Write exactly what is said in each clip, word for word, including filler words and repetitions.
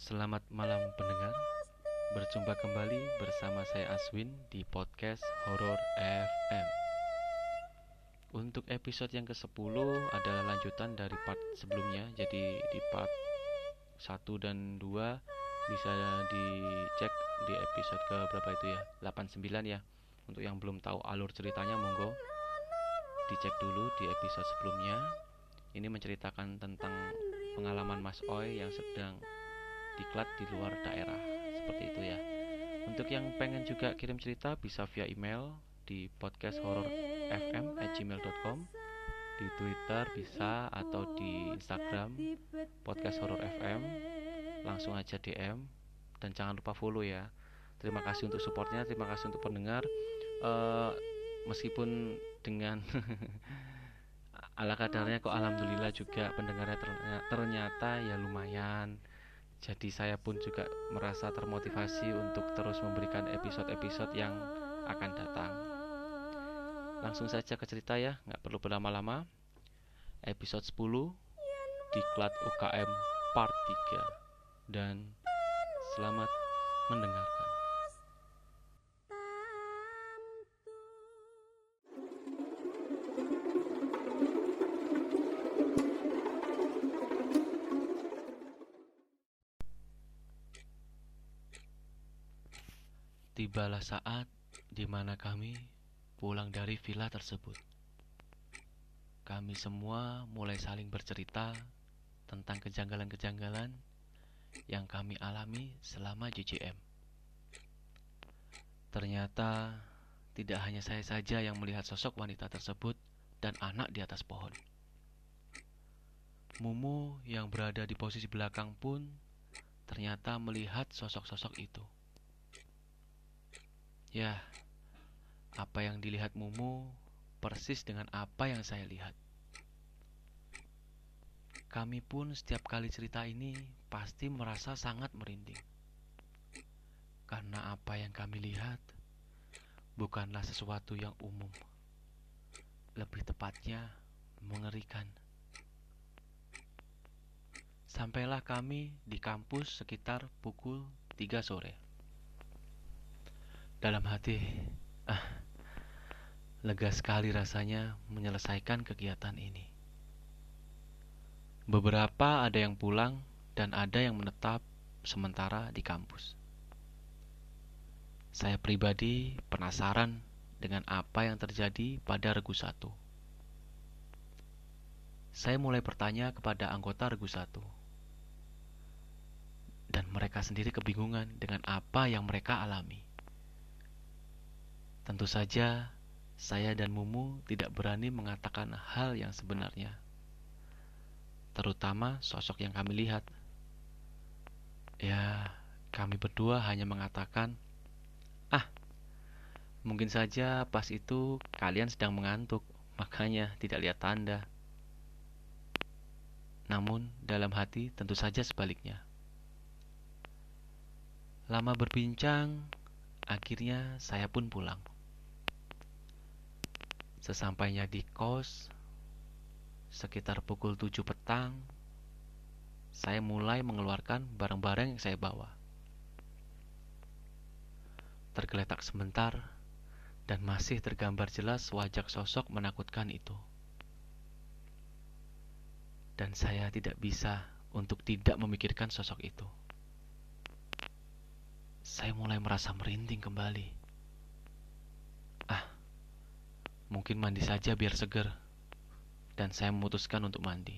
Selamat malam pendengar. Berjumpa kembali bersama saya Aswin di podcast Horor F M. Untuk episode yang kesepuluh adalah lanjutan dari part sebelumnya. Jadi di part satu dan dua bisa dicek di episode ke berapa itu ya? delapan puluh sembilan ya. Untuk yang belum tahu alur ceritanya monggo dicek dulu di episode sebelumnya. Ini menceritakan tentang pengalaman Mas Oi yang sedang diklat di luar daerah, seperti itu ya. Untuk yang pengen juga kirim cerita bisa via email di podcasthorrorfm at gmail dot com, di Twitter bisa, atau di Instagram podcasthorrorfm. Langsung aja D M dan jangan lupa follow ya. Terima kasih untuk supportnya, terima kasih untuk pendengar. uh, Meskipun dengan ala kadarnya kok alhamdulillah juga pendengarnya ternyata ya lumayan. Jadi saya pun juga merasa termotivasi untuk terus memberikan episode-episode yang akan datang. Langsung saja ke cerita ya, nggak perlu berlama-lama. Episode sepuluh, Diklat U K M Part tiga. Dan selamat mendengarkan. Tibalah saat di mana kami pulang dari villa tersebut. Kami semua mulai saling bercerita tentang kejanggalan-kejanggalan yang kami alami selama J J M. Ternyata tidak hanya saya saja yang melihat sosok wanita tersebut dan anak di atas pohon. Mumu yang berada di posisi belakang pun ternyata melihat sosok-sosok itu. Ya, apa yang dilihat Mumu persis dengan apa yang saya lihat. Kami pun setiap kali cerita ini pasti merasa sangat merinding. Karena apa yang kami lihat bukanlah sesuatu yang umum. Lebih tepatnya mengerikan. Sampailah kami di kampus sekitar pukul tiga sore. Dalam hati, ah, lega sekali rasanya menyelesaikan kegiatan ini. Beberapa ada yang pulang dan ada yang menetap sementara di kampus. Saya pribadi penasaran dengan apa yang terjadi pada Regu satu. Saya mulai bertanya kepada anggota Regu satu. Dan mereka sendiri kebingungan dengan apa yang mereka alami. Tentu saja, saya dan Mumu tidak berani mengatakan hal yang sebenarnya. Terutama sosok yang kami lihat. Ya, kami berdua hanya mengatakan, ah, mungkin saja pas itu kalian sedang mengantuk, makanya tidak lihat tanda. Namun, dalam hati tentu saja sebaliknya. Lama berbincang, akhirnya saya pun pulang. Sesampainya di kos, sekitar pukul tujuh petang, saya mulai mengeluarkan barang-barang yang saya bawa. Tergeletak sebentar, dan masih tergambar jelas wajah sosok menakutkan itu. Dan saya tidak bisa untuk tidak memikirkan sosok itu. Saya mulai merasa merinding kembali. Ah, mungkin mandi saja biar seger. Dan saya memutuskan untuk mandi.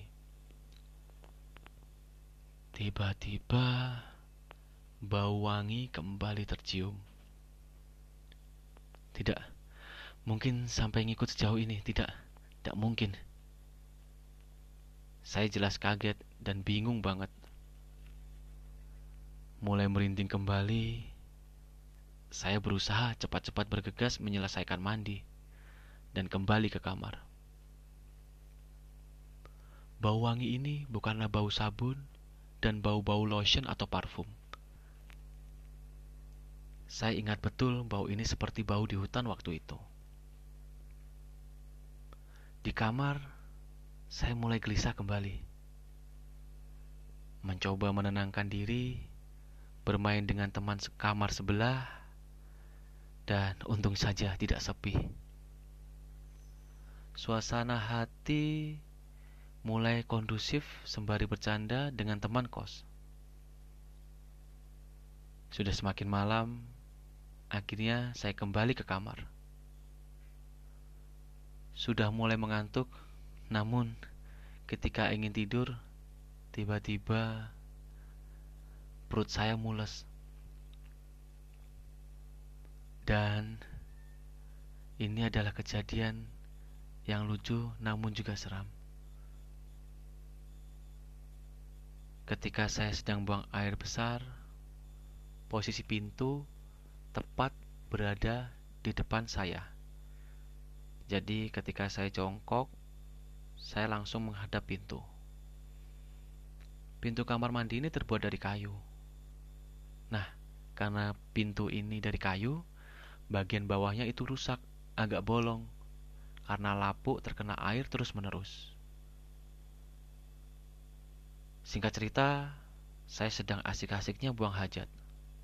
Tiba-tiba bau wangi kembali tercium. Tidak, mungkin sampai ngikut sejauh ini. Tidak, tidak mungkin. Saya jelas kaget dan bingung banget. Mulai merinding kembali. Saya berusaha cepat-cepat bergegas menyelesaikan mandi dan kembali ke kamar. Bau wangi ini bukanlah bau sabun dan bau-bau lotion atau parfum. Saya ingat betul bau ini seperti bau di hutan waktu itu. Di kamar, saya mulai gelisah kembali. Mencoba menenangkan diri, bermain dengan teman sekamar sebelah, dan untung saja tidak sepi. Suasana hati mulai kondusif sembari bercanda dengan teman kos. Sudah semakin malam, akhirnya saya kembali ke kamar. Sudah mulai mengantuk, namun ketika ingin tidur, tiba-tiba perut saya mules. Dan ini adalah kejadian yang lucu namun juga seram. Ketika saya sedang buang air besar, posisi pintu tepat berada di depan saya. Jadi ketika saya jongkok, saya langsung menghadap pintu. Pintu kamar mandi ini terbuat dari kayu. Nah, karena pintu ini dari kayu, bagian bawahnya itu rusak, agak bolong, karena lapuk terkena air terus-menerus. Singkat cerita, saya sedang asik-asiknya buang hajat.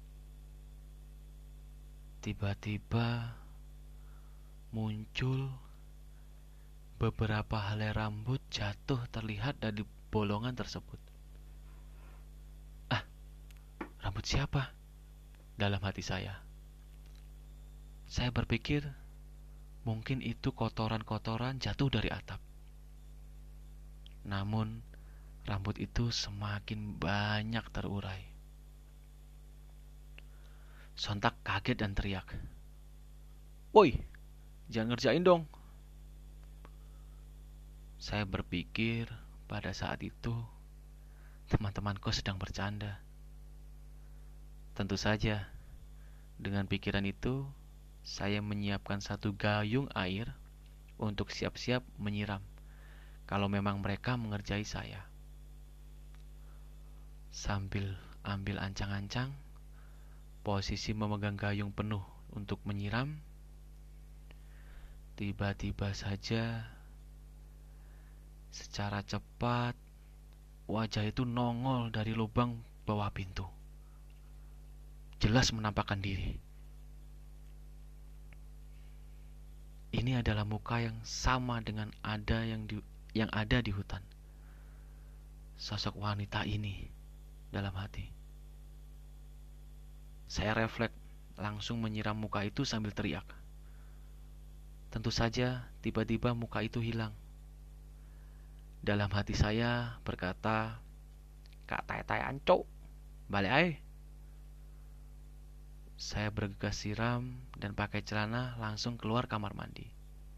Tiba-tiba muncul beberapa helai rambut jatuh terlihat dari bolongan tersebut. Ah, rambut siapa? Dalam hati saya. Saya berpikir, mungkin itu kotoran-kotoran jatuh dari atap. Namun, rambut itu semakin banyak terurai. Sontak kaget dan teriak. "Woi, jangan ngerjain dong." Saya berpikir pada saat itu, teman-temanku sedang bercanda. Tentu saja, dengan pikiran itu, saya menyiapkan satu gayung air untuk siap-siap menyiram kalau memang mereka mengerjai saya. Sambil ambil ancang-ancang, posisi memegang gayung penuh untuk menyiram, tiba-tiba saja secara cepat wajah itu nongol dari lubang bawah pintu. Jelas menampakkan diri. Ini adalah muka yang sama dengan ada yang di, yang ada di hutan. Sosok wanita ini dalam hati. Saya refleks langsung menyiram muka itu sambil teriak. Tentu saja tiba-tiba muka itu hilang. Dalam hati saya berkata, "Kak tai-tai anco, balik ae." Saya bergegas siram dan pakai celana langsung keluar kamar mandi.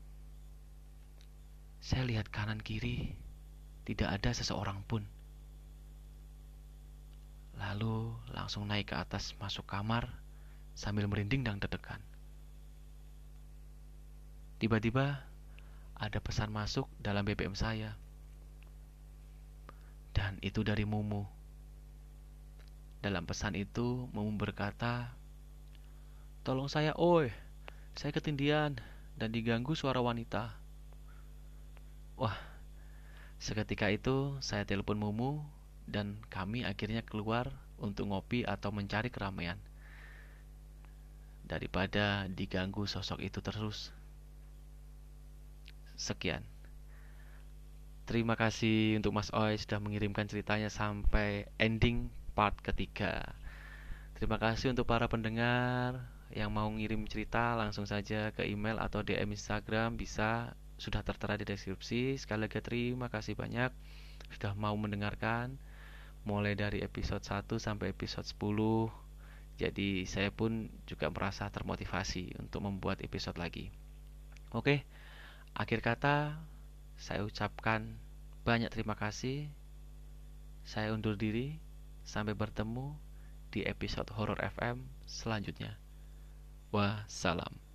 Saya lihat kanan kiri, tidak ada seseorang pun. Lalu langsung naik ke atas masuk kamar sambil merinding dan deg-degan. Tiba-tiba ada pesan masuk dalam B B M saya. Dan itu dari Mumu. Dalam pesan itu Mumu berkata, "Tolong saya, oi. Saya ketindihan dan diganggu suara wanita." Wah, seketika itu saya telepon Mumu dan kami akhirnya keluar untuk ngopi atau mencari keramaian daripada diganggu sosok itu terus. Sekian. Terima kasih untuk Mas Oi sudah mengirimkan ceritanya sampai ending part ketiga. Terima kasih untuk para pendengar yang mau ngirim cerita, langsung saja ke email atau D M Instagram bisa, sudah tertera di deskripsi. Sekali lagi terima kasih banyak sudah mau mendengarkan mulai dari episode satu sampai episode sepuluh. Jadi saya pun juga merasa termotivasi untuk membuat episode lagi. Oke, akhir kata saya ucapkan banyak terima kasih. Saya undur diri. Sampai bertemu di episode Horor F M selanjutnya. Wassalam.